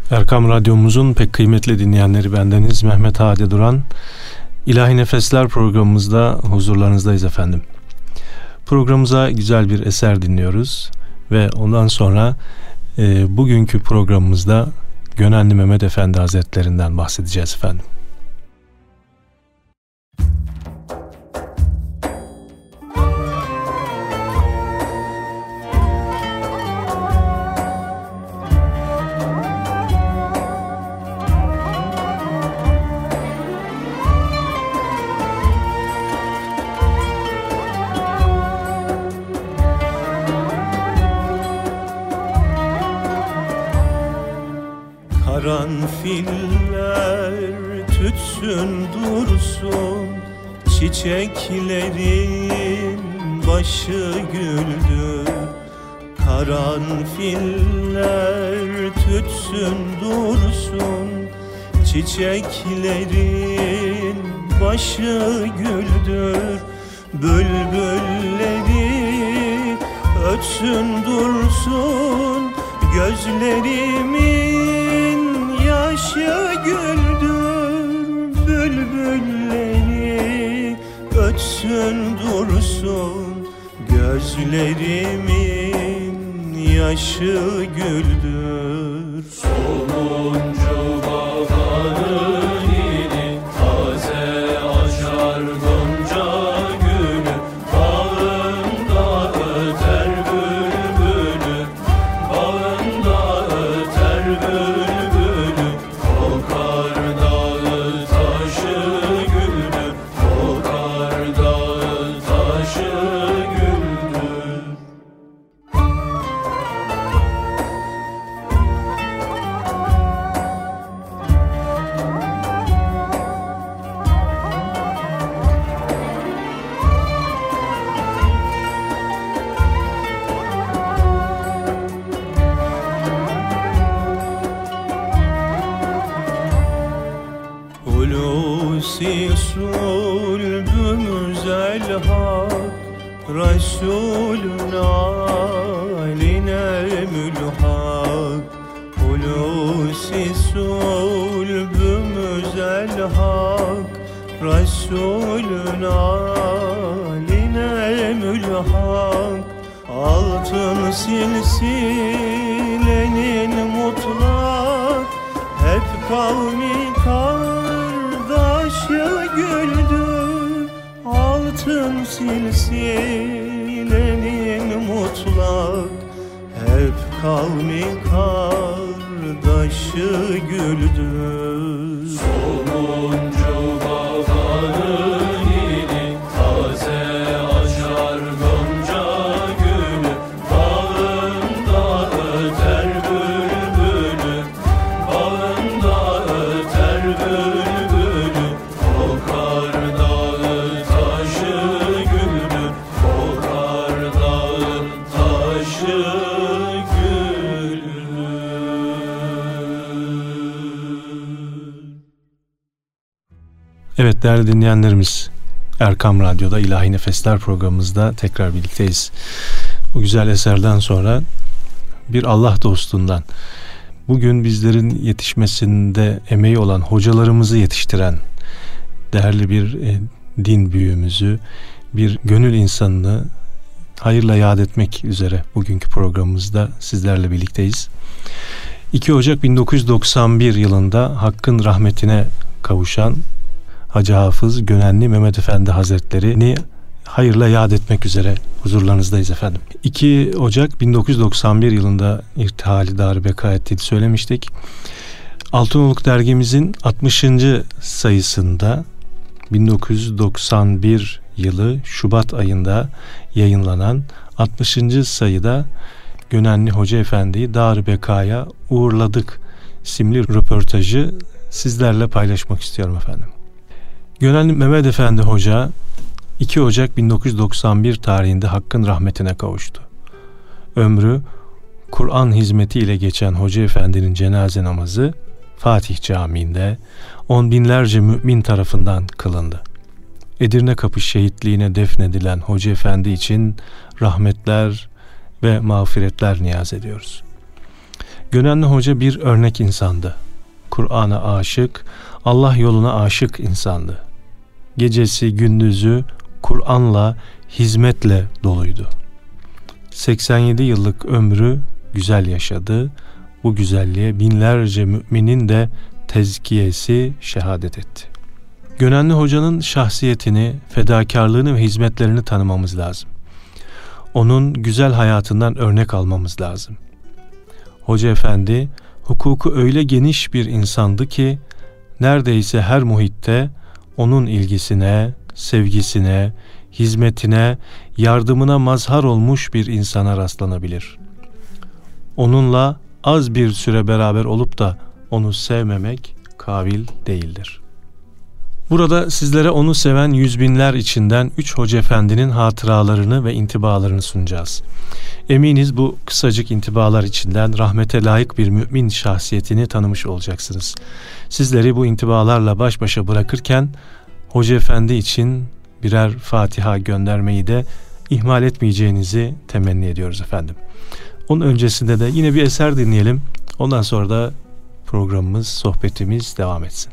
Erkam Radyomuzun pek kıymetli dinleyenleri, bendeniz Mehmet Hadi Duran. İlahi Nefesler programımızda huzurlarınızdayız efendim. Programımıza güzel bir eser dinliyoruz ve ondan sonra bugünkü programımızda Gönenli Mehmet Efendi Hazretlerinden bahsedeceğiz efendim. Karanfiller tütsün dursun, çiçeklerin başı güldür. Karanfiller tütsün dursun, çiçeklerin başı güldür. Bülbülleri ötsün dursun, gözlerimin yaşı güldür. Bülbülleri ötsün dursun, gözlerimin yaşı güldür. Sonuncu baharın yeni taze açar gonca gülü, bağında öter bülbülü, bağında öter bülbülü. Kokar dağı taşı güldür, kokar dağı taşı güldür. Hulusi sulbümüz el-hak, Resulün aline mülhak. Hulusi sulbümüz el-hak, Resulün aline mülhak. Altın silsilenin mutlak, hep kavmi kardeşi güldür. Altın silsilenin mutlak, hep kavmi kardeşi güldür. Sonuncu baharın yeni taze açar gonca gülü, bağında öter bülbülü, bağında öter bülbülü. Kokar dağı taşı güldür, kokar dağı taşı güldür. Evet değerli dinleyenlerimiz, Erkam Radyo'da İlahi Nefesler programımızda tekrar birlikteyiz. Bu güzel eserden sonra bir Allah dostundan, bugün bizlerin yetişmesinde emeği olan hocalarımızı yetiştiren değerli bir din büyüğümüzü, bir gönül insanını hayırla yad etmek üzere bugünkü programımızda sizlerle birlikteyiz. 2 Ocak 1991 yılında Hakk'ın rahmetine kavuşan Hacı Hafız Gönenli Mehmet Efendi Hazretleri'ni hayırla yad etmek üzere huzurlarınızdayız efendim. 2 Ocak 1991 yılında irtihali dar beka ettiğini söylemiştik. Altınoluk dergimizin 60. sayısında 1991 yılı Şubat ayında yayınlanan 60. sayıda Gönenli Hoca Efendi'yi dar bekaya uğurladık isimli röportajı sizlerle paylaşmak istiyorum efendim. Gönenli Mehmet Efendi Hoca 2 Ocak 1991 tarihinde Hakk'ın rahmetine kavuştu. Ömrü Kur'an hizmetiyle geçen Hoca Efendi'nin cenaze namazı Fatih Camii'nde on binlerce mümin tarafından kılındı. Edirne Kapı şehitliğine defnedilen Hoca Efendi için rahmetler ve mağfiretler niyaz ediyoruz. Gönenli Hoca bir örnek insandı. Kur'an'a aşık, Allah yoluna aşık insandı. Gecesi gündüzü Kur'an'la, hizmetle doluydu. 87 yıllık ömrü güzel yaşadı. Bu güzelliğe binlerce müminin de tezkiyesi şehadet etti. Gönenli Hoca'nın şahsiyetini, fedakarlığını ve hizmetlerini tanımamız lazım. Onun güzel hayatından örnek almamız lazım. Hoca Efendi hukuku öyle geniş bir insandı ki neredeyse her muhitte onun ilgisine, sevgisine, hizmetine, yardımına mazhar olmuş bir insana rastlanabilir. Onunla az bir süre beraber olup da onu sevmemek kabil değildir. Burada sizlere onu seven yüz binler içinden 3 Hoca Efendi'nin hatıralarını ve intibalarını sunacağız. Eminiz bu kısacık intibalar içinden rahmete layık bir mümin şahsiyetini tanımış olacaksınız. Sizleri bu intibalarla baş başa bırakırken Hoca Efendi için birer Fatiha göndermeyi de ihmal etmeyeceğinizi temenni ediyoruz efendim. Onun öncesinde de yine bir eser dinleyelim. Ondan sonra da programımız, sohbetimiz devam etsin.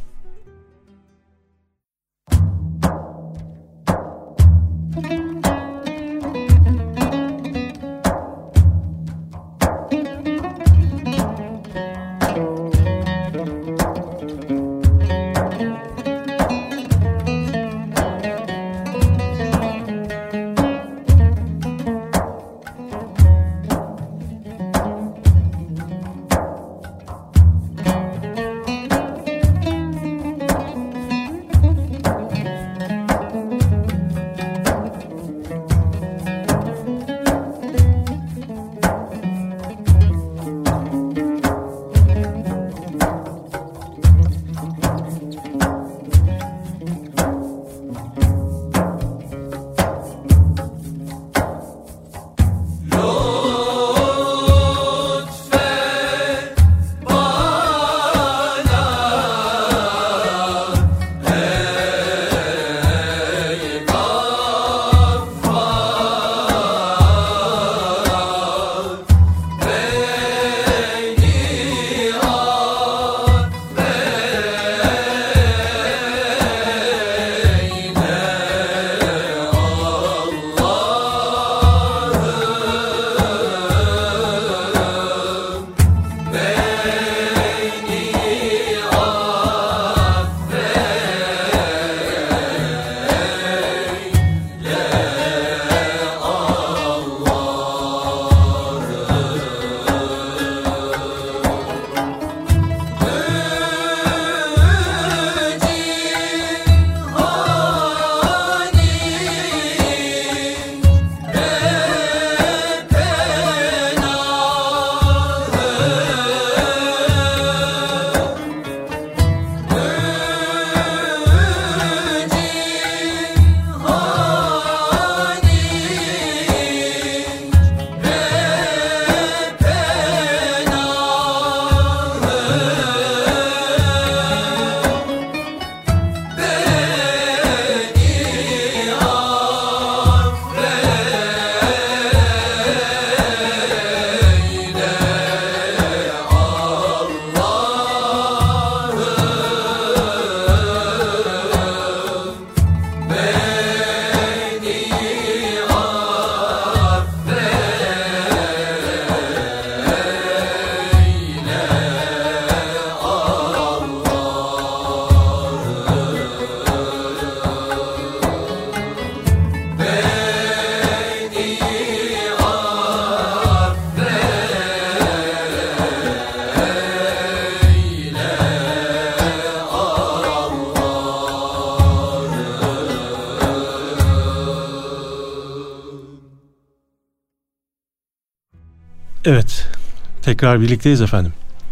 Evet, tekrar birlikteyiz efendim.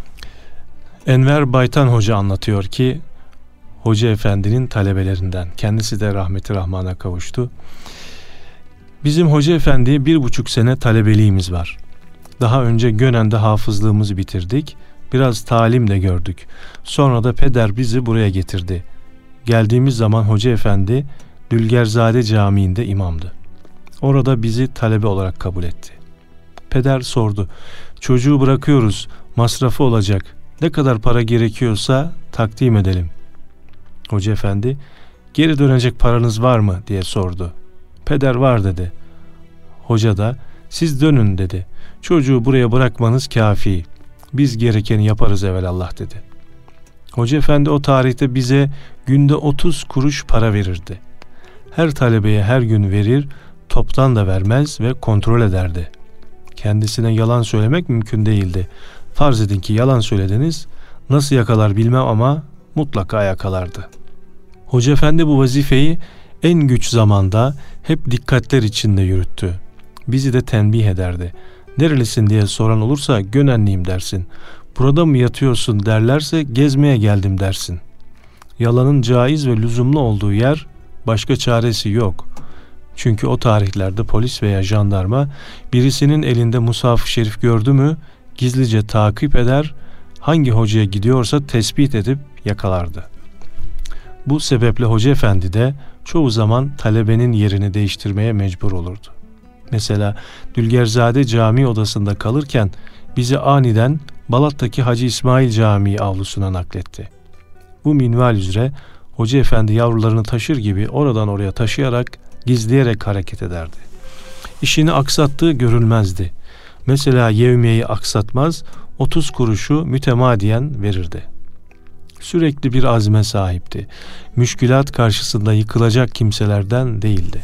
Enver Baytan Hoca anlatıyor ki Hoca Efendi'nin talebelerinden, kendisi de rahmeti rahmana kavuştu. Bizim Hoca Efendi 1,5 sene talebeliğimiz var. Daha önce Gönen'de hafızlığımızı bitirdik. Biraz talim de gördük. Sonra da peder bizi buraya getirdi. Geldiğimiz zaman Hoca Efendi Dülgerzade Camii'nde imamdı. Orada bizi talebe olarak kabul etti. Peder sordu. Çocuğu bırakıyoruz, masrafı olacak. Ne kadar para gerekiyorsa takdim edelim. Hoca efendi, geri dönecek paranız var mı diye sordu. Peder var dedi. Hoca da siz dönün dedi. Çocuğu buraya bırakmanız kafi. Biz gerekeni yaparız evelallah dedi. Hoca efendi o tarihte bize günde 30 kuruş para verirdi. Her talebeye her gün verir, toptan da vermez ve kontrol ederdi. Kendisine yalan söylemek mümkün değildi. Farz edin ki yalan söylediniz, nasıl yakalar bilmem ama mutlaka yakalardı. Hoca efendi bu vazifeyi en güç zamanda hep dikkatler içinde yürüttü. Bizi de tembih ederdi. Nerelisin diye soran olursa Gönenliyim dersin. Burada mı yatıyorsun derlerse gezmeye geldim dersin. Yalanın caiz ve lüzumlu olduğu yer, başka çaresi yok. Çünkü o tarihlerde polis veya jandarma birisinin elinde mushaf-ı şerif gördü mü gizlice takip eder, hangi hocaya gidiyorsa tespit edip yakalardı. Bu sebeple Hoca Efendi de çoğu zaman talebenin yerini değiştirmeye mecbur olurdu. Mesela Dülgerzade Camii odasında kalırken bizi aniden Balat'taki Hacı İsmail Camii avlusuna nakletti. Bu minval üzere Hoca Efendi yavrularını taşır gibi oradan oraya taşıyarak, gizleyerek hareket ederdi. İşini aksattığı görülmezdi. Mesela yevmiyeyi aksatmaz, 30 kuruşu mütemadiyen verirdi. Sürekli bir azme sahipti. Müşkülat karşısında yıkılacak kimselerden değildi.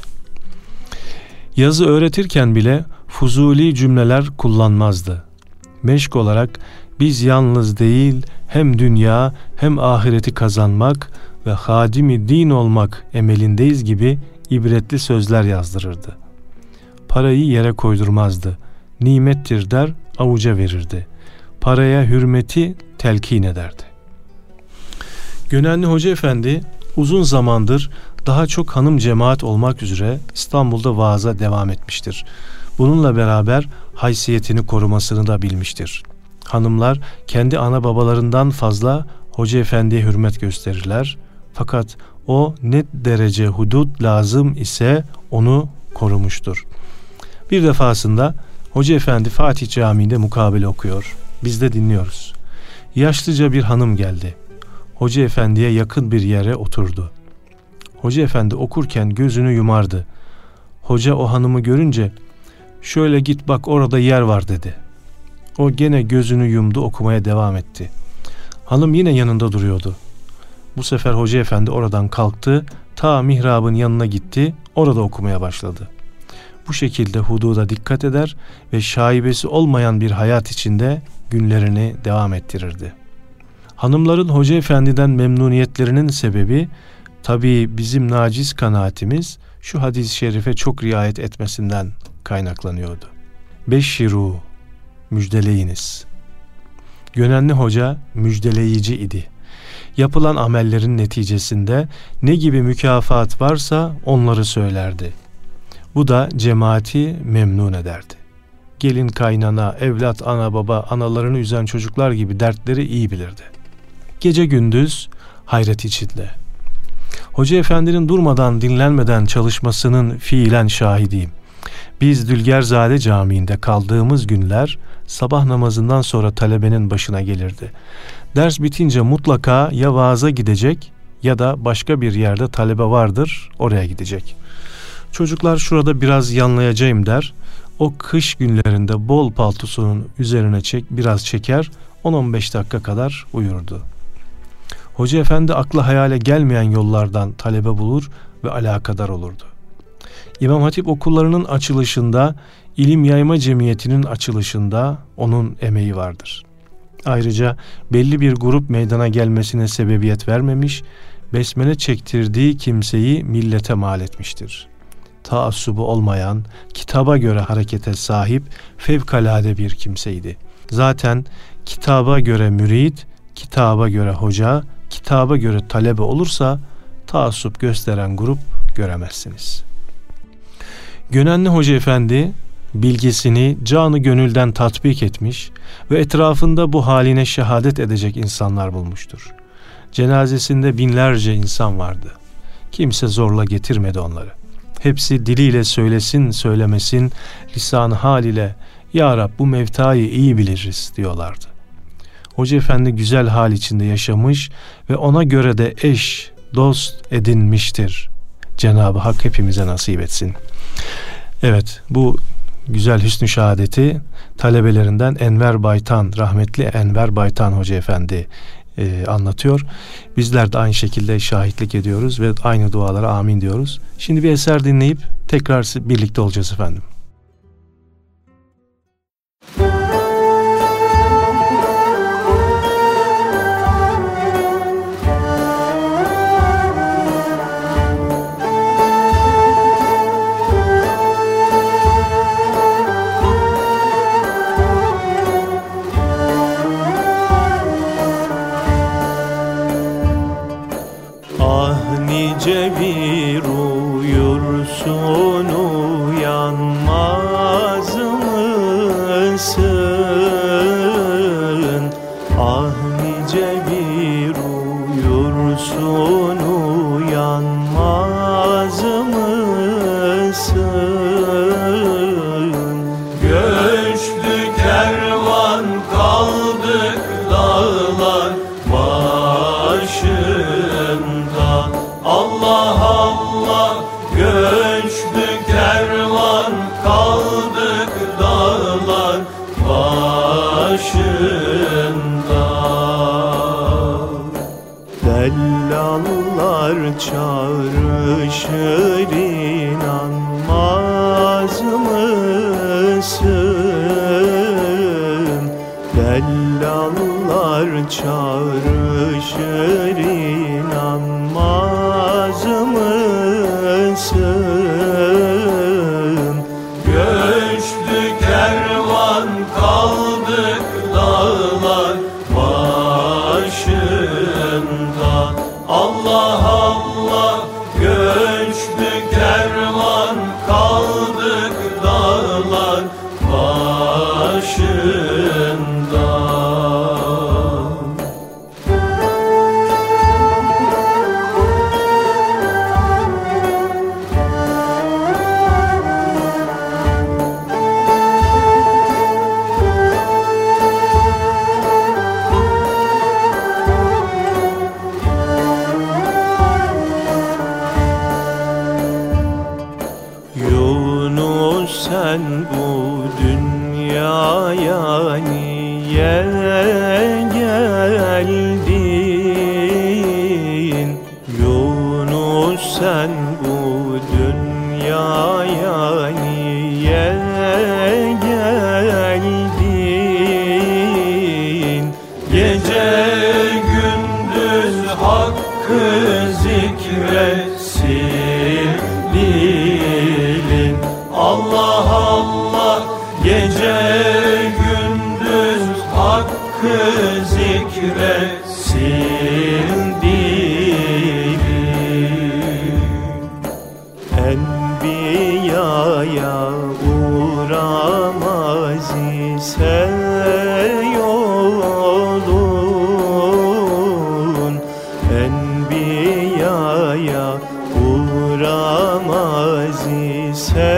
Yazı öğretirken bile fuzuli cümleler kullanmazdı. Meşk olarak biz yalnız değil hem dünya hem ahireti kazanmak ve hadimi din olmak emelindeyiz gibi ibretli sözler yazdırırdı. Parayı yere koydurmazdı. Nimettir der, avuca verirdi. Paraya hürmeti telkin ederdi. Gönenli Hoca Efendi uzun zamandır daha çok hanım cemaat olmak üzere İstanbul'da vaaza devam etmiştir. Bununla beraber haysiyetini korumasını da bilmiştir. Hanımlar kendi ana babalarından fazla Hoca Efendi'ye hürmet gösterirler. Fakat o ne derece hudut lazım ise onu korumuştur. Bir defasında Hoca Efendi Fatih Camii'nde mukabele okuyor. Biz de dinliyoruz. Yaşlıca bir hanım geldi. Hoca Efendi'ye yakın bir yere oturdu. Hoca Efendi okurken gözünü yumardı. Hoca o hanımı görünce şöyle git bak orada yer var dedi. O gene gözünü yumdu, okumaya devam etti. Hanım yine yanında duruyordu. Bu sefer Hoca Efendi oradan kalktı, ta mihrabın yanına gitti, orada okumaya başladı. Bu şekilde hududa dikkat eder ve şaibesi olmayan bir hayat içinde günlerini devam ettirirdi. Hanımların Hoca Efendi'den memnuniyetlerinin sebebi tabii bizim naciz kanaatimiz şu hadis-i şerife çok riayet etmesinden kaynaklanıyordu. Beşşiru, müjdeleyiniz. Gönenli Hoca müjdeleyici idi. Yapılan amellerin neticesinde ne gibi mükafat varsa onları söylerdi. Bu da cemaati memnun ederdi. Gelin kaynana, evlat ana baba, analarını üzen çocuklar gibi dertleri iyi bilirdi. Gece gündüz hayret içinde. Hoca Efendi'nin durmadan dinlenmeden çalışmasının fiilen şahidiyim. Biz Dülgerzade Camii'nde kaldığımız günler sabah namazından sonra talebenin başına gelirdi. Ders bitince mutlaka ya vaaza gidecek ya da başka bir yerde talebe vardır, oraya gidecek. Çocuklar şurada biraz yanlayacağım der. O kış günlerinde bol paltosunun üzerine biraz çeker, 10-15 dakika kadar uyurdu. Hoca Efendi akla hayale gelmeyen yollardan talebe bulur ve alakadar olurdu. İmam Hatip okullarının açılışında, İlim Yayma Cemiyeti'nin açılışında onun emeği vardır. Ayrıca belli bir grup meydana gelmesine sebebiyet vermemiş, besmele çektirdiği kimseyi millete mal etmiştir. Taassubu olmayan, kitaba göre harekete sahip fevkalade bir kimseydi. Zaten kitaba göre mürit, kitaba göre hoca, kitaba göre talebe olursa taassup gösteren grup göremezsiniz. Gönenli Hoca Efendi bilgisini canı gönülden tatbik etmiş ve etrafında bu haline şehadet edecek insanlar bulmuştur. Cenazesinde binlerce insan vardı. Kimse zorla getirmedi onları. Hepsi diliyle söylesin söylemesin, lisan-ı hal ile Ya Rab bu mevtayı iyi biliriz diyorlardı. Hoca Efendi güzel hal içinde yaşamış ve ona göre de eş, dost edinmiştir. Cenab-ı Hak hepimize nasip etsin. Evet, bu güzel hüsnü şehadeti talebelerinden Enver Baytan, rahmetli Enver Baytan Hoca Efendi anlatıyor. Bizler de aynı şekilde şahitlik ediyoruz ve aynı dualara amin diyoruz. Şimdi bir eser dinleyip tekrar birlikte olacağız efendim. Nice bir uyursun uyanmaz mısın? Ah nice bir uyursun uyanmaz mısın? Göçtü kervan kaldık dağlar başında. Allah Allah, göçtü kervan kaldık dağlar başında. Dellallar çağrışır inanmaz mısın? Dellallar çağrışır inanmaz mısın? Göçtü kervan kaldık dağlar başında. Allah Allah, göçtü kervan kaldık dağlar başında. Sen bu dünyaya niye geldin? Yunus sen bu dünyaya niye geldin? Gece gündüz hakkı zikretsin dilin. Allah Allah, gece gündüz hakkı zikretsin dilin. Enbiyaya uğramaz ise yolun, Enbiyaya uğramaz ise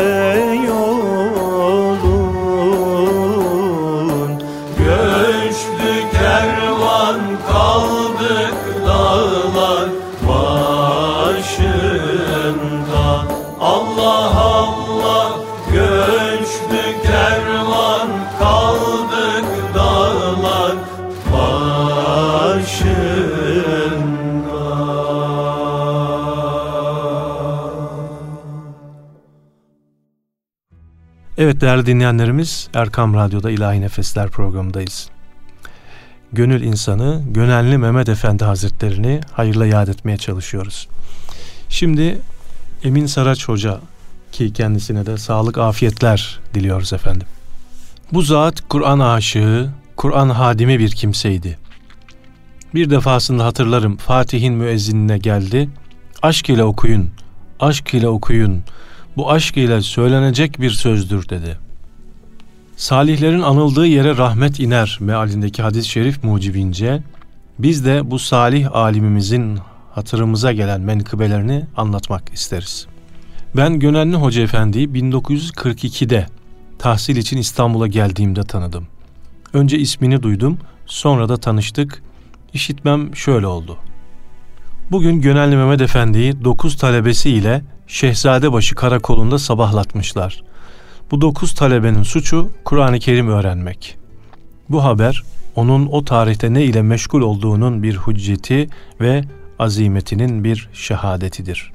yolun. Göçtü kervan kaldık dağlar başında. Allah Allah, göçtü kervan kaldık dağlar başında. Evet değerli dinleyenlerimiz, Erkam Radyo'da İlahi Nefesler programındayız. Gönül insanı, Gönenli Mehmet Efendi Hazretlerini hayırla yad etmeye çalışıyoruz. Şimdi Emin Saraç Hoca, ki kendisine de sağlık, afiyetler diliyoruz efendim. Bu zat Kur'an aşığı, Kur'an hadimi bir kimseydi. Bir defasında hatırlarım, Fatih'in müezzinine geldi. Aşk ile okuyun, aşk ile okuyun. Bu aşk ile söylenecek bir sözdür dedi. Salihlerin anıldığı yere rahmet iner mealindeki hadis-i şerif mucibince biz de bu salih alimimizin hatırımıza gelen menkıbelerini anlatmak isteriz. Ben Gönenli Hoca Efendi'yi 1942'de tahsil için İstanbul'a geldiğimde tanıdım. Önce ismini duydum, sonra da tanıştık. İşitmem şöyle oldu. Bugün Gönenli Mehmet Efendi'yi 9 talebesi ile Şehzadebaşı karakolunda sabahlatmışlar. Bu 9 talebenin suçu Kur'an-ı Kerim öğrenmek. Bu haber onun o tarihte ne ile meşgul olduğunun bir hücceti ve azimetinin bir şehadetidir.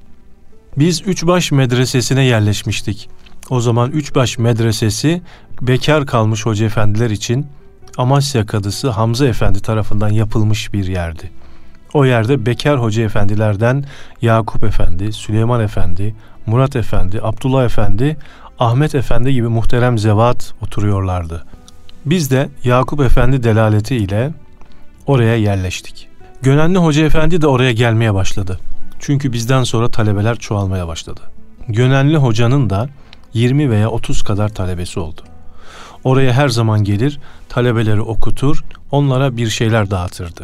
Biz Üçbaş Medresesi'ne yerleşmiştik. O zaman Üçbaş Medresesi bekar kalmış hoca efendiler için Amasya Kadısı Hamza Efendi tarafından yapılmış bir yerdi. O yerde bekar hoca efendilerden Yakup Efendi, Süleyman Efendi, Murat Efendi, Abdullah Efendi, Ahmet Efendi gibi muhterem zevat oturuyorlardı. Biz de Yakup Efendi delaleti ile oraya yerleştik. Gönenli Hoca Efendi de oraya gelmeye başladı. Çünkü bizden sonra talebeler çoğalmaya başladı. Gönenli Hoca'nın da 20 veya 30 kadar talebesi oldu. Oraya her zaman gelir, talebeleri okutur, onlara bir şeyler dağıtırdı.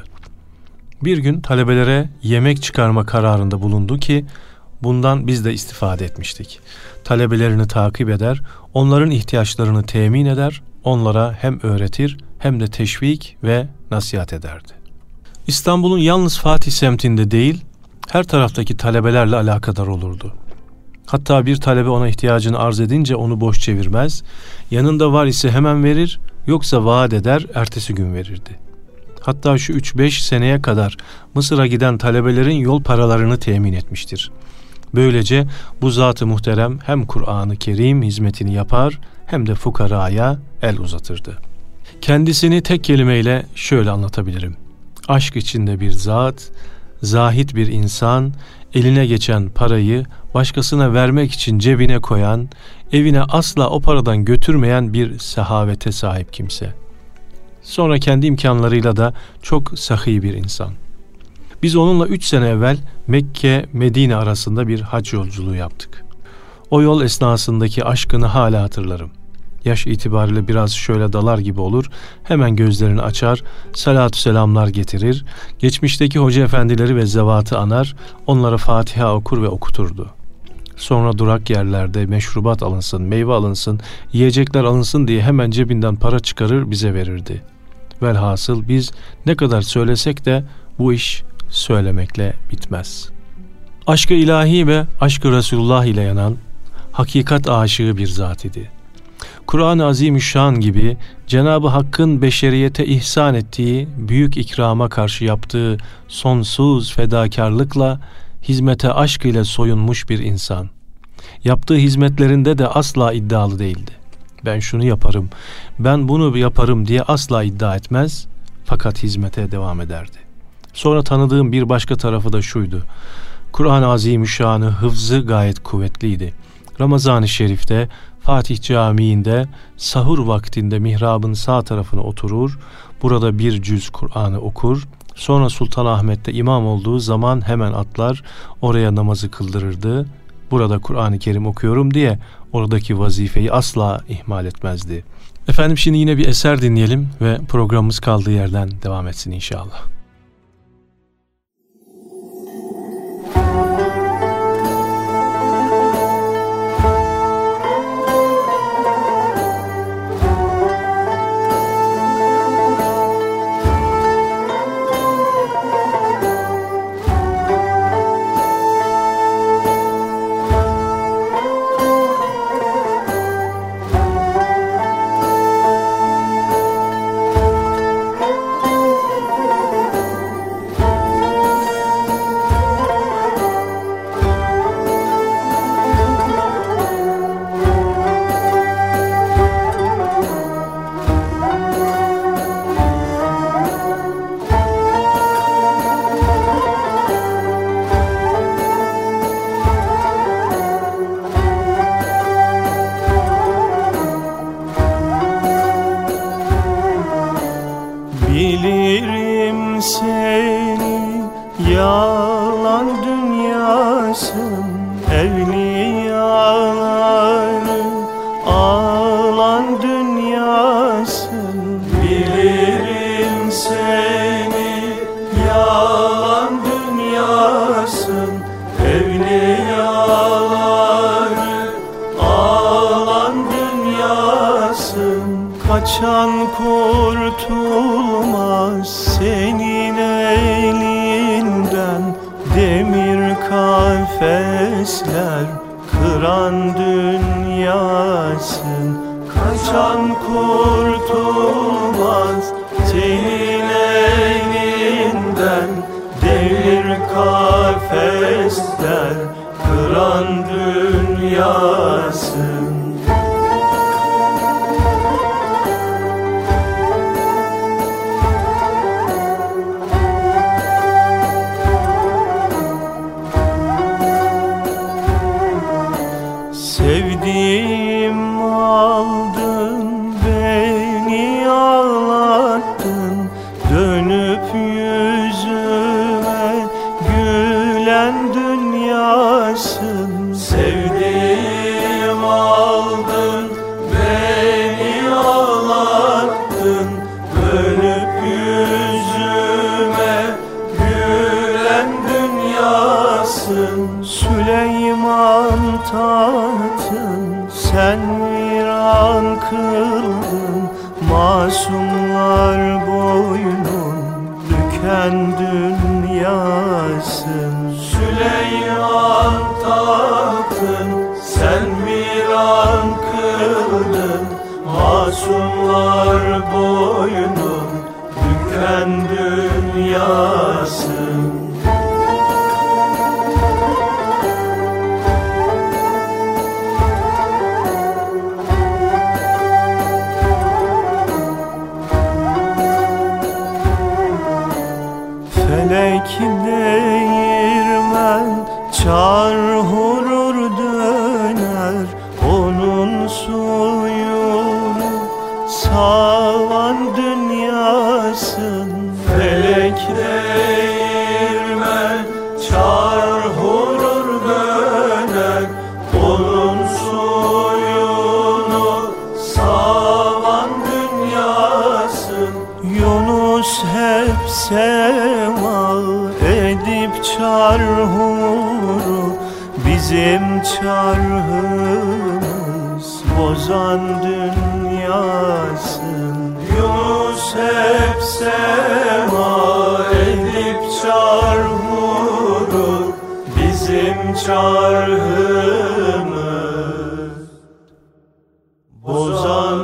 Bir gün talebelere yemek çıkarma kararında bulundu ki bundan biz de istifade etmiştik. Talebelerini takip eder, onların ihtiyaçlarını temin eder, onlara hem öğretir hem de teşvik ve nasihat ederdi. İstanbul'un yalnız Fatih semtinde değil, her taraftaki talebelerle alakadar olurdu. Hatta bir talebe ona ihtiyacını arz edince onu boş çevirmez, yanında var ise hemen verir, yoksa vaat eder, ertesi gün verirdi. Hatta şu 3-5 seneye kadar Mısır'a giden talebelerin yol paralarını temin etmiştir. Böylece bu zat-ı muhterem hem Kur'an-ı Kerim hizmetini yapar hem de fukaraya el uzatırdı. Kendisini tek kelimeyle şöyle anlatabilirim. Aşk içinde bir zat, zahit bir insan, eline geçen parayı başkasına vermek için cebine koyan, evine asla o paradan götürmeyen bir sehavete sahip kimse. Sonra kendi imkanlarıyla da çok sahi bir insan. Biz onunla 3 sene evvel Mekke-Medine arasında bir hac yolculuğu yaptık. O yol esnasındaki aşkını hala hatırlarım. Yaş itibariyle biraz şöyle dalar gibi olur, hemen gözlerini açar, salatü selamlar getirir, geçmişteki hoca efendileri ve zevatı anar, onlara Fatiha okur ve okuturdu. Sonra durak yerlerde meşrubat alınsın, meyve alınsın, yiyecekler alınsın diye hemen cebinden para çıkarır bize verirdi. Velhasıl biz ne kadar söylesek de bu iş söylemekle bitmez. Aşkı ilahi ve aşkı Resulullah ile yanan hakikat aşığı bir zat idi. Kur'an-ı Azimüşşan gibi Cenab-ı Hakk'ın beşeriyete ihsan ettiği büyük ikrama karşı yaptığı sonsuz fedakarlıkla hizmete aşk ile soyunmuş bir insan. Yaptığı hizmetlerinde de asla iddialı değildi. Ben şunu yaparım, ben bunu yaparım diye asla iddia etmez, fakat hizmete devam ederdi. Sonra tanıdığım bir başka tarafı da şuydu. Kur'an-ı Azimüşşan'ı hıfzı gayet kuvvetliydi. Ramazan-ı Şerif'te Fatih Camii'nde sahur vaktinde mihrabın sağ tarafına oturur, burada bir cüz Kur'an'ı okur, sonra Sultanahmet'te imam olduğu zaman hemen atlar, oraya namazı kıldırırdı. Burada Kur'an-ı Kerim okuyorum diye oradaki vazifeyi asla ihmal etmezdi. Efendim şimdi yine bir eser dinleyelim ve programımız kaldığı yerden devam etsin inşallah. Bilirim seni yalan dünyasın, evliyaları ağlan dünyasın. Bilirim seni yalan dünyasın, evliyaları ağlan dünyasın. Senin elinden demir kafesler kıran dünyasın. Kaçan kurtulmaz senin elinden demir kafesler kıran dünyasın. Sevdiğim aldın, beni ağlattın, dönüp yüzüme gülen dünyasın. Sevdiğim aldın, beni ağlattın, dönüp yüzüme gülen dünyasın. Süleyman tahtın, sen viran kıldın, masumlar boynun büken dünyasın. Süleyman tahtın, sen viran kıldın, masumlar boynun büken dünyasın. Felek değirmen çarhurur döner, onun suyunu savan dünyasın. Felek değirmen çarhurur döner, onun suyunu savan dünyasın. Yunus hep sema edip çarhuru, bizim çarhımız bozan dünyasın. Yunus hep sema edip çarhuru, bizim çarhımız bozan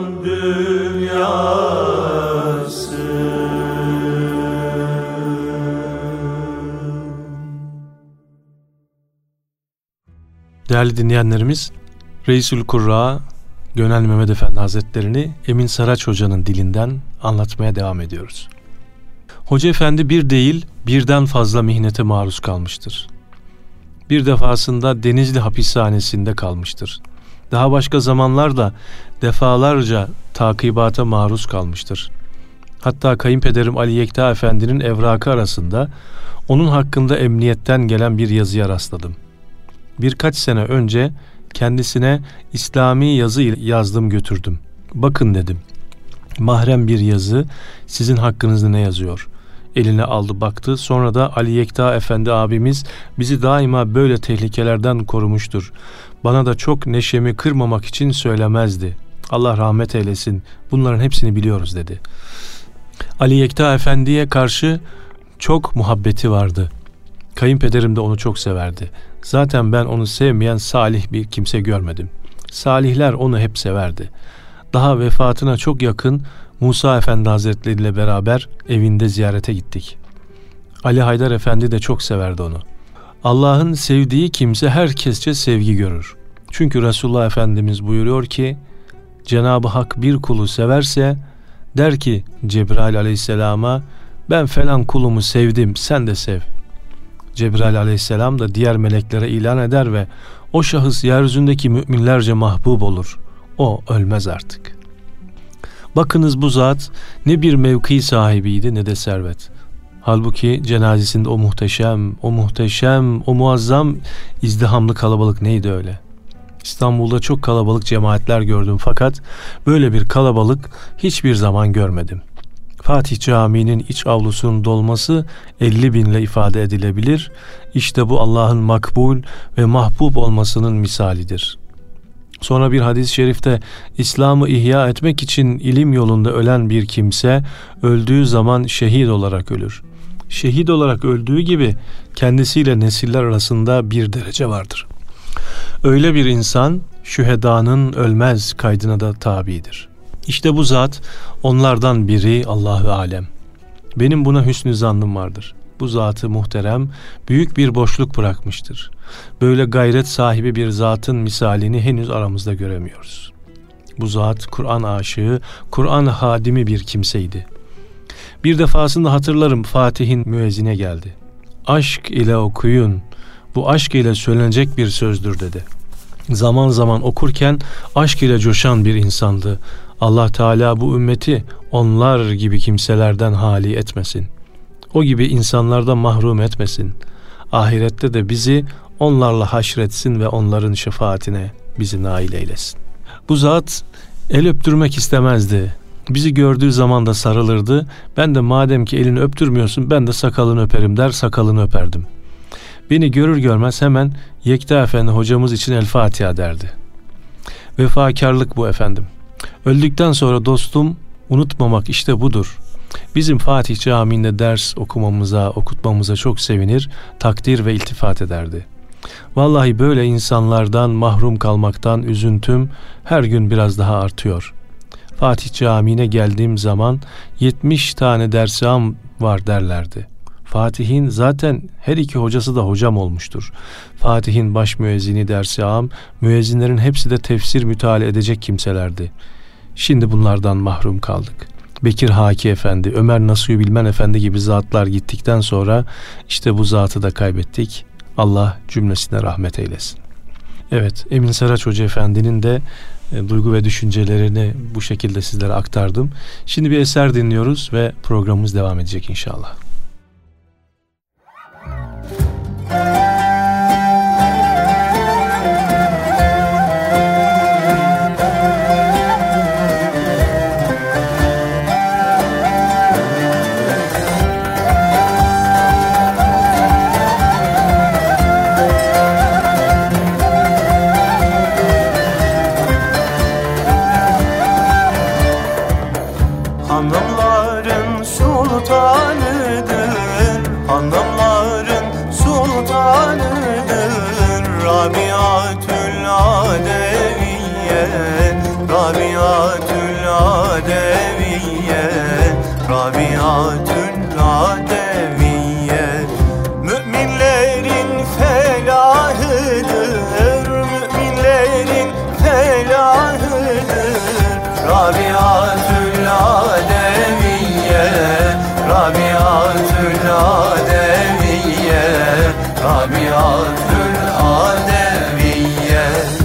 dünyasın. Değerli dinleyenlerimiz, Reisül Kurra Gönel Mehmet Efendi Hazretlerini Emin Saraç Hoca'nın dilinden anlatmaya devam ediyoruz. Hoca Efendi bir değil birden fazla mihnete maruz kalmıştır. Bir defasında Denizli hapishanesinde kalmıştır. Daha başka zamanlarda defalarca takibata maruz kalmıştır. Hatta kayınpederim Ali Yekta Efendi'nin evrakı arasında onun hakkında emniyetten gelen bir yazıya rastladım. Birkaç sene önce kendisine İslami yazı yazdım götürdüm. Bakın dedim. Mahrem bir yazı, sizin hakkınızda ne yazıyor? Eline aldı baktı. Sonra da Ali Yekta Efendi abimiz bizi daima böyle tehlikelerden korumuştur. Bana da çok neşemi kırmamak için söylemezdi. Allah rahmet eylesin. Bunların hepsini biliyoruz dedi. Ali Yekta Efendi'ye karşı çok muhabbeti vardı. Kayınpederim de onu çok severdi. Zaten ben onu sevmeyen salih bir kimse görmedim. Salihler onu hep severdi. Daha vefatına çok yakın Musa Efendi Hazretleri ile beraber evinde ziyarete gittik. Ali Haydar Efendi de çok severdi onu. Allah'ın sevdiği kimse herkesçe sevgi görür. Çünkü Resulullah Efendimiz buyuruyor ki, Cenab-ı Hak bir kulu severse der ki Cebrail Aleyhisselam'a, ben falan kulumu sevdim, sen de sev. Cebrail Aleyhisselam da diğer meleklere ilan eder ve o şahıs yeryüzündeki müminlerce mahbub olur. O ölmez artık. Bakınız bu zat ne bir mevki sahibiydi ne de servet. Halbuki cenazesinde o muhteşem, o muazzam izdihamlı kalabalık neydi öyle? İstanbul'da çok kalabalık cemaatler gördüm fakat böyle bir kalabalık hiçbir zaman görmedim. Fatih Camii'nin iç avlusunun dolması 50 binle ifade edilebilir. İşte bu Allah'ın makbul ve mahbub olmasının misalidir. Sonra bir hadis-i şerifte İslam'ı ihya etmek için ilim yolunda ölen bir kimse öldüğü zaman şehit olarak ölür. Şehit olarak öldüğü gibi kendisiyle nesiller arasında bir derece vardır. Öyle bir insan şühedanın ölmez kaydına da tabidir. İşte bu zat onlardan biri, Allahu alem. Benim buna hüsnü zannım vardır. Bu zatı muhterem büyük bir boşluk bırakmıştır. Böyle gayret sahibi bir zatın misalini henüz aramızda göremiyoruz. Bu zat Kur'an aşığı, Kur'an hadimi bir kimseydi. Bir defasında hatırlarım, Fatih'in müezzine geldi. Aşk ile okuyun, bu aşk ile söylenecek bir sözdür dedi. Zaman zaman okurken aşk ile coşan bir insandı. Allah Teala bu ümmeti onlar gibi kimselerden hali etmesin. O gibi insanlardan mahrum etmesin. Ahirette de bizi onlarla haşretsin ve onların şefaatine bizi nail eylesin. Bu zat el öptürmek istemezdi. Bizi gördüğü zaman da sarılırdı. Ben de madem ki elini öptürmüyorsun ben de sakalını öperim der, sakalını öperdim. Beni görür görmez hemen Yekta Efendi hocamız için El Fatiha derdi. Vefakarlık bu efendim. Öldükten sonra dostum unutmamak işte budur. Bizim Fatih Camii'nde ders okumamıza, okutmamıza çok sevinir, takdir ve iltifat ederdi. Vallahi böyle insanlardan mahrum kalmaktan üzüntüm her gün biraz daha artıyor. Fatih Camii'ne geldiğim zaman 70 tane dersam var derlerdi. Fatih'in zaten her iki hocası da hocam olmuştur. Fatih'in baş müezzini dersam, müezzinlerin hepsi de tefsir müteala edecek kimselerdi. Şimdi bunlardan mahrum kaldık. Bekir Haki Efendi, Ömer Nasuhi Bilmen Efendi gibi zatlar gittikten sonra işte bu zatı da kaybettik. Allah cümlesine rahmet eylesin. Evet, Emin Saraç Hoca Efendi'nin de duygu ve düşüncelerini bu şekilde sizlere aktardım. Şimdi bir eser dinliyoruz ve programımız devam edecek inşallah. Hanımların sultanıdır, hanımların sultanıdır. Rabiatül Adeviye, Rabiatül Adeviye, Rabiatül Adeviye. Müminlerin felahıdır, müminlerin felahıdır. Rabiatül Adeviye, Rabiatül Adeviye, Rabiatül Adeviye.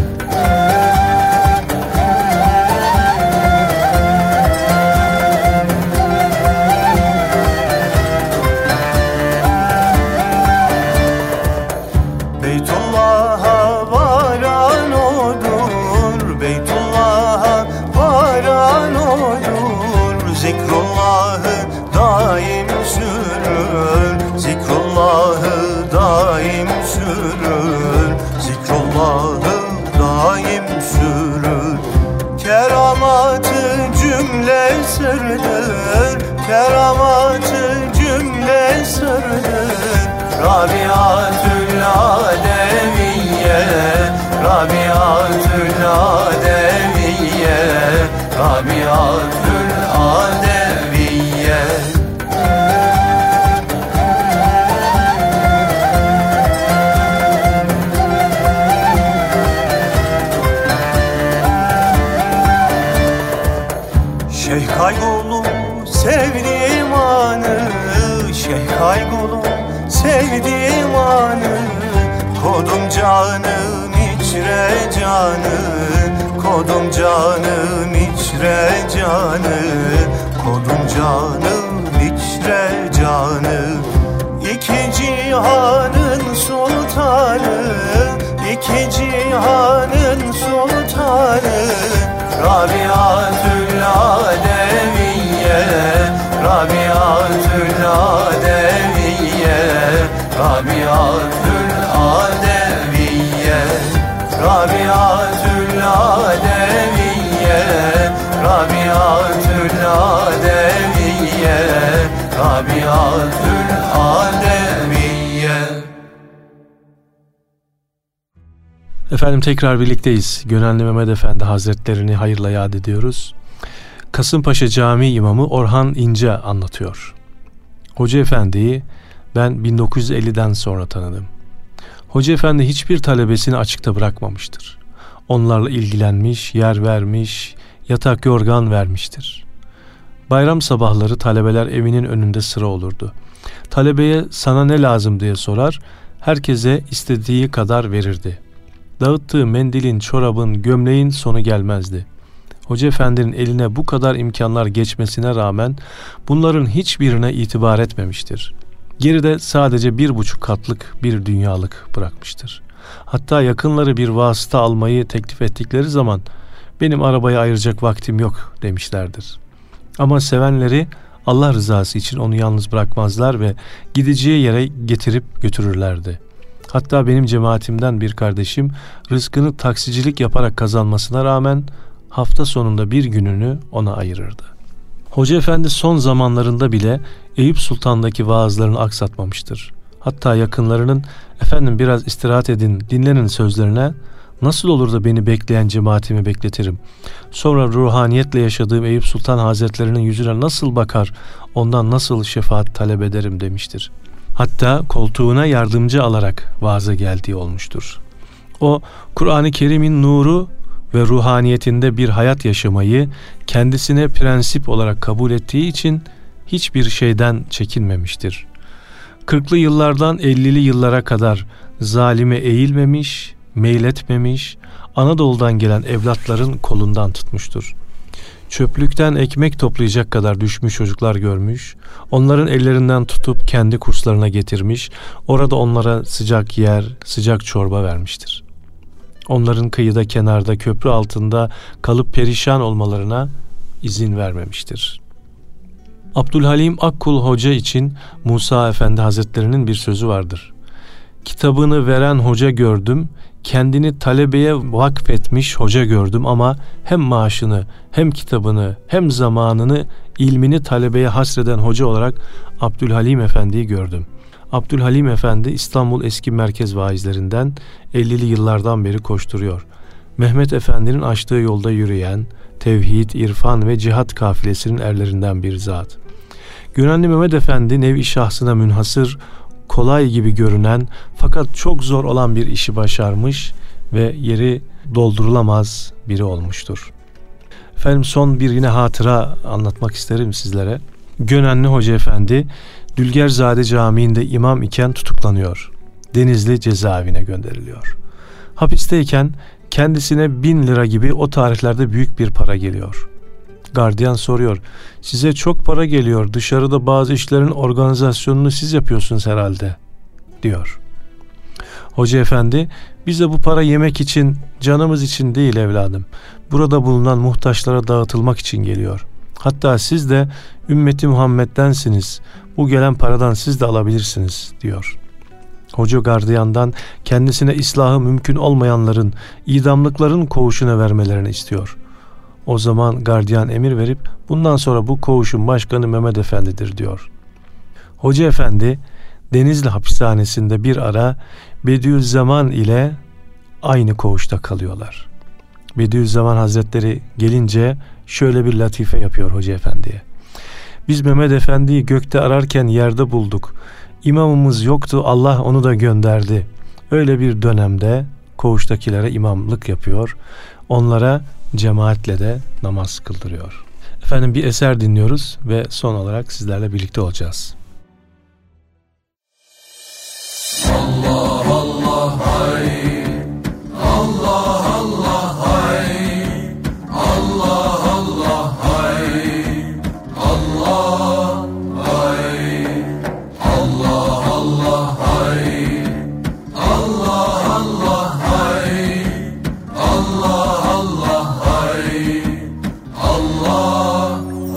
Beytullah'a varan odur, Beytullah'a varan odur. Zikrullah'ı daim sürür, zikrullah'ı daim sürür, zikrullah'ı daim sürür. Keramatı cümle sırdır, keramatı cümle sırdır. Rabiatül Adeviye, Rabiatül Adeviye, Rabiatül Adeviye. Şeyh Kaygulu sevdiğim anı, Şeyh Kaygulu sevdiğim anı. Kodum canım içre canı, kodum canım içre canı, kodum canım içre canı. İki cihanın sultanı, iki cihanın sultanı. Rabiatül Adeviye, Rabiatül Adeviye, Rabiatül Adeviye, Rabiatül Adeviye. hayatül ademiyye. Efendim tekrar birlikteyiz. Gönenli Mehmet Efendi Hazretlerini hayırla yad ediyoruz. Kasımpaşa Camii İmamı Orhan İnce anlatıyor. Hoca Efendi'yi ben 1950'den sonra tanıdım. Hoca Efendi hiçbir talebesini açıkta bırakmamıştır. Onlarla ilgilenmiş, yer vermiş, yatak yorgan vermiştir. Bayram sabahları talebeler evinin önünde sıra olurdu. Talebeye sana ne lazım diye sorar, herkese istediği kadar verirdi. Dağıttığı mendilin, çorabın, gömleğin sonu gelmezdi. Hoca Efendi'nin eline bu kadar imkanlar geçmesine rağmen bunların hiçbirine itibar etmemiştir. Geride sadece 1,5 katlık bir dünyalık bırakmıştır. Hatta yakınları bir vasıta almayı teklif ettikleri zaman benim arabaya ayıracak vaktim yok demişlerdir. Ama sevenleri Allah rızası için onu yalnız bırakmazlar ve gideceği yere getirip götürürlerdi. Hatta benim cemaatimden bir kardeşim rızkını taksicilik yaparak kazanmasına rağmen hafta sonunda bir gününü ona ayırırdı. Hoca Efendi son zamanlarında bile Eyüp Sultan'daki vaazlarını aksatmamıştır. Hatta yakınlarının efendim biraz istirahat edin, dinlenin sözlerine nasıl olur da beni bekleyen cemaatimi bekletirim. Sonra ruhaniyetle yaşadığım Eyüp Sultan Hazretlerinin yüzüne nasıl bakar, ondan nasıl şefaat talep ederim demiştir. Hatta koltuğuna yardımcı alarak vaaza geldiği olmuştur. O Kur'an-ı Kerim'in nuru ve ruhaniyetinde bir hayat yaşamayı kendisine prensip olarak kabul ettiği için hiçbir şeyden çekinmemiştir. 40'lı yıllardan 50'li yıllara kadar zalime eğilmemiş, meyletmemiş, Anadolu'dan gelen evlatların kolundan tutmuştur. Çöplükten ekmek toplayacak kadar düşmüş çocuklar görmüş, onların ellerinden tutup kendi kurslarına getirmiş, orada onlara sıcak yer, sıcak çorba vermiştir. Onların kıyıda, kenarda, köprü altında kalıp perişan olmalarına izin vermemiştir. Abdülhalim Akkul Hoca için Musa Efendi Hazretlerinin bir sözü vardır. Kitabını veren hoca gördüm, kendini talebeye vakfetmiş hoca gördüm ama hem maaşını, hem kitabını, hem zamanını, ilmini talebeye hasreden hoca olarak Abdülhalim Efendi'yi gördüm. Abdülhalim Efendi İstanbul eski merkez vaizlerinden 50'li yıllardan beri koşturuyor. Mehmet Efendi'nin açtığı yolda yürüyen, tevhid, irfan ve cihat kafilesinin erlerinden bir zat. Gönenli Mehmet Efendi nevi şahsına münhasır, kolay gibi görünen fakat çok zor olan bir işi başarmış ve yeri doldurulamaz biri olmuştur. Efendim son bir yine hatıra anlatmak isterim sizlere. Gönenli Hoca Efendi Dülgerzade Camii'nde imam iken tutuklanıyor. Denizli cezaevine gönderiliyor. Hapisteyken kendisine 1000 lira gibi o tarihlerde büyük bir para geliyor. Gardiyan soruyor, size çok para geliyor, dışarıda bazı işlerin organizasyonunu siz yapıyorsunuz herhalde diyor. Hoca Efendi, bize bu para yemek için, canımız için değil evladım. Burada bulunan muhtaçlara dağıtılmak için geliyor. Hatta siz de ümmeti Muhammed'densiniz. Bu gelen paradan siz de alabilirsiniz diyor. Hoca gardiyandan kendisine islahı mümkün olmayanların, idamlıkların koğuşuna vermelerini istiyor. O zaman gardiyan emir verip bundan sonra bu koğuşun başkanı Mehmet Efendi'dir diyor. Hoca Efendi Denizli hapishanesinde bir ara Bediüzzaman ile aynı koğuşta kalıyorlar. Bediüzzaman Hazretleri gelince şöyle bir latife yapıyor Hoca Efendi'ye. Biz Mehmet Efendi'yi gökte ararken yerde bulduk. İmamımız yoktu, Allah onu da gönderdi. Öyle bir dönemde koğuştakilere imamlık yapıyor. Onlara cemaatle de namaz kıldırıyor. Efendim bir eser dinliyoruz ve son olarak sizlerle birlikte olacağız. Allah Allah hay, Allah Allah hay, Allah Allah hay, Allah hay, Allah Allah hay, Allah Allah hay, Allah Allah hay, Allah hay.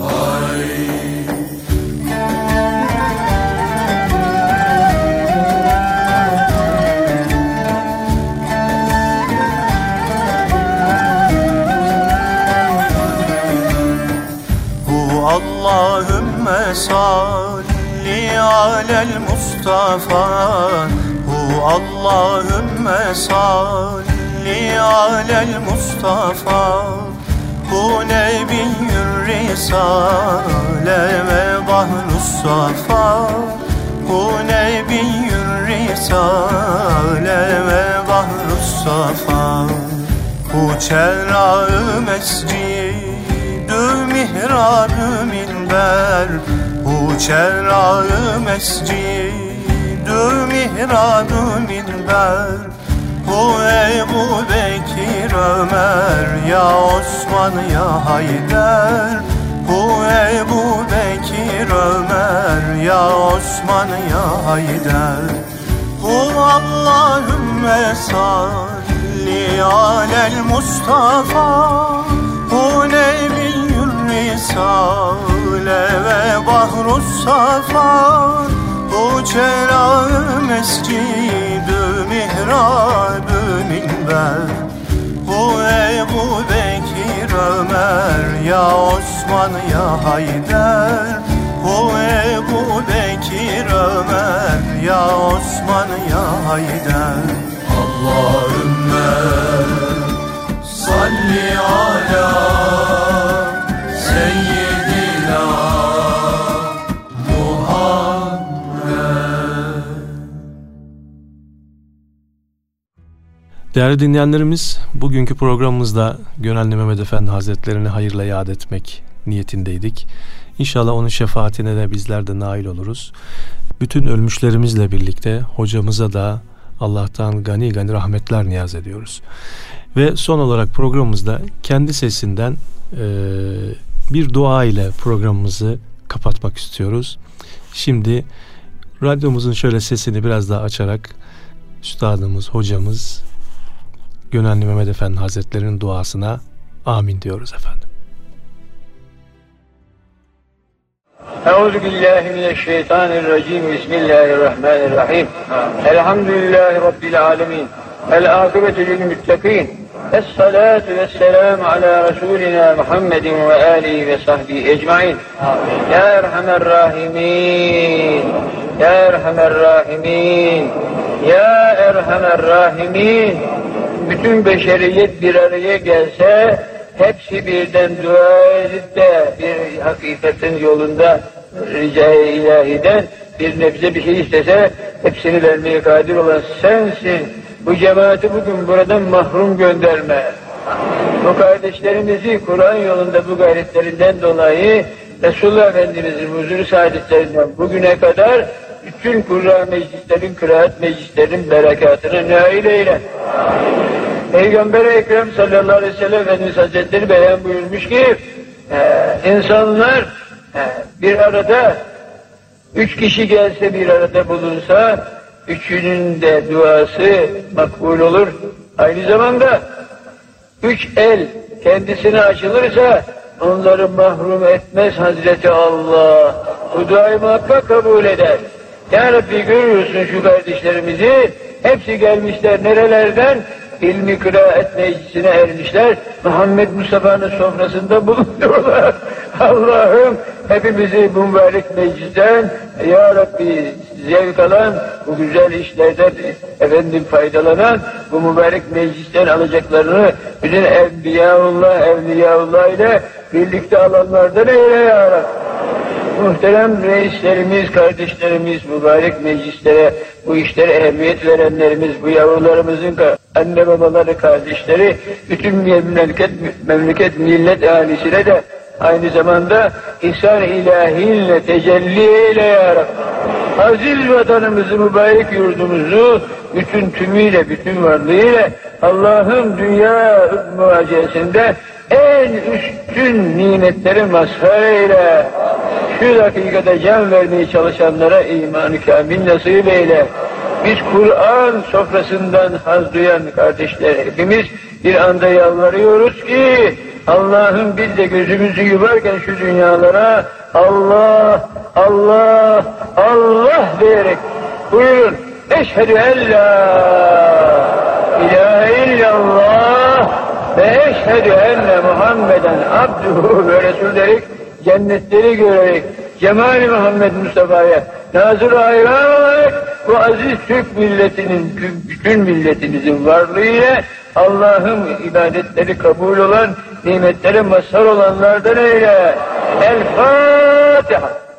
alel Mustafa hu Allahümme salli alel Mustafa hu nebiyyür risale ve bahrus safa hu nebiyyür risale ve bahrus safa hu çerra-ı mescid-ü mihrab-ı minber hu çerra-ı mescid-ü mihrab-ı minber hu Ebu Bekir Ömer ya Osman ya Haydar hu Ebu Bekir Ömer ya Osman ya Haydar hu Allahümme salli alel Mustafa hu nebiyyür risale ve bahrus safa hu çerra-ı mescid-ü mihrab-ı minber hu Ebu Bekir Ömer ya Osman ya Haydar hu Ebu Bekir Ömer ya Osman ya Haydar Allahümme salli ala seyyidina Muhammed. Değerli dinleyenlerimiz, bugünkü programımızda Gönenli Mehmet Efendi Hazretlerini hayırla yad etmek niyetindeydik. İnşallah onun şefaatine de bizler de nail oluruz. Bütün ölmüşlerimizle birlikte hocamıza da Allah'tan gani gani rahmetler niyaz ediyoruz. Ve son olarak programımızda kendi sesinden bir dua ile programımızı kapatmak istiyoruz. Şimdi radyomuzun şöyle sesini biraz daha açarak üstadımız, hocamız Gönenli Mehmet Efendi Hazretleri'nin duasına amin diyoruz efendim. Euzubillahimineşşeytanirracim. Bismillahirrahmanirrahim. Elhamdülillahi Rabbil alemin. El akıbetü lil müttakîn. Es-salatu vesselamu ala Resulina Muhammedin ve alihi ve sahbihi ecmaîn. Ya Erhamer Rahimin. Ya Erhamer Rahimin. Ya Erhamer Rahimin. Bütün beşeriyet bir araya gelse, hepsi birden dua edip de bir hakikatin yolunda rica-i ilahiden bir nebze bir şey istese, hepsini vermeye kadir olan sensin. Bu cemaati bugün buradan mahrum gönderme. Bu kardeşlerimizi Kur'an yolunda bu gayretlerinden dolayı Resulullah Efendimiz'in huzuru saadetlerinden bugüne kadar bütün Kur'an meclislerin, kıraat meclislerin berekatına nail eyle. Peygamber-i Ekrem sallallahu aleyhi ve sellem Efendimiz Hazretleri beyan buyurmuş ki insanlar bir arada 3 kişi gelse bir arada bulunsa üçünün de duası makbul olur. Aynı zamanda 3 el kendisine açılırsa onları mahrum etmez Hazreti Allah. Bu duayı muhakkak kabul eder. Ya Rabbi görüyorsun şu kardeşlerimizi, hepsi gelmişler nerelerden? İlmi kıraat meclisine ermişler. Muhammed Mustafa'nın sofrasında bulunuyorlar. Allah'ım hepimizi bu mübarek meclisten Ya Rabbi zevk alan, bu güzel işlerden efendim faydalanan, bu mübarek meclisten alacaklarını bütün evliyaullah ile birlikte alanlardan eyle Ya Rabbi. Muhterem reislerimiz, kardeşlerimiz, mübarek meclislere bu işlere ehemmiyet verenlerimiz, bu yavrularımızın anne babaları, kardeşleri, bütün memleket millet âlisine de aynı zamanda ihsan-ı ilahiyle tecelli eyle Ya Rabbi. Aziz vatanımızı, mübarek yurdumuzu bütün tümüyle, bütün varlığıyla Allah'ın dünya muhacesinde en üstün nimetleri mazhar eyle. Şu dakikada can vermeye çalışanlara iman-ı kamil nasip eyle. Biz Kur'an sofrasından haz duyan kardeşler hepimiz bir anda yalvarıyoruz ki Allah'ım biz de gözümüzü yuvarken şu dünyalara Allah, Allah, Allah diyerek buyurun. Eşhedü en la ilahe illallah ve eşhedü enne Muhammeden abduhu ve resul derek cennetleri görerek Cemal-i Muhammed Mustafa'ya nazır hayran olarak bu aziz Türk milletinin, bütün milletimizin varlığı ile Allah'ım ibadetleri kabul olan, nimetleri mazhar olanlardan eyle. El Fatiha.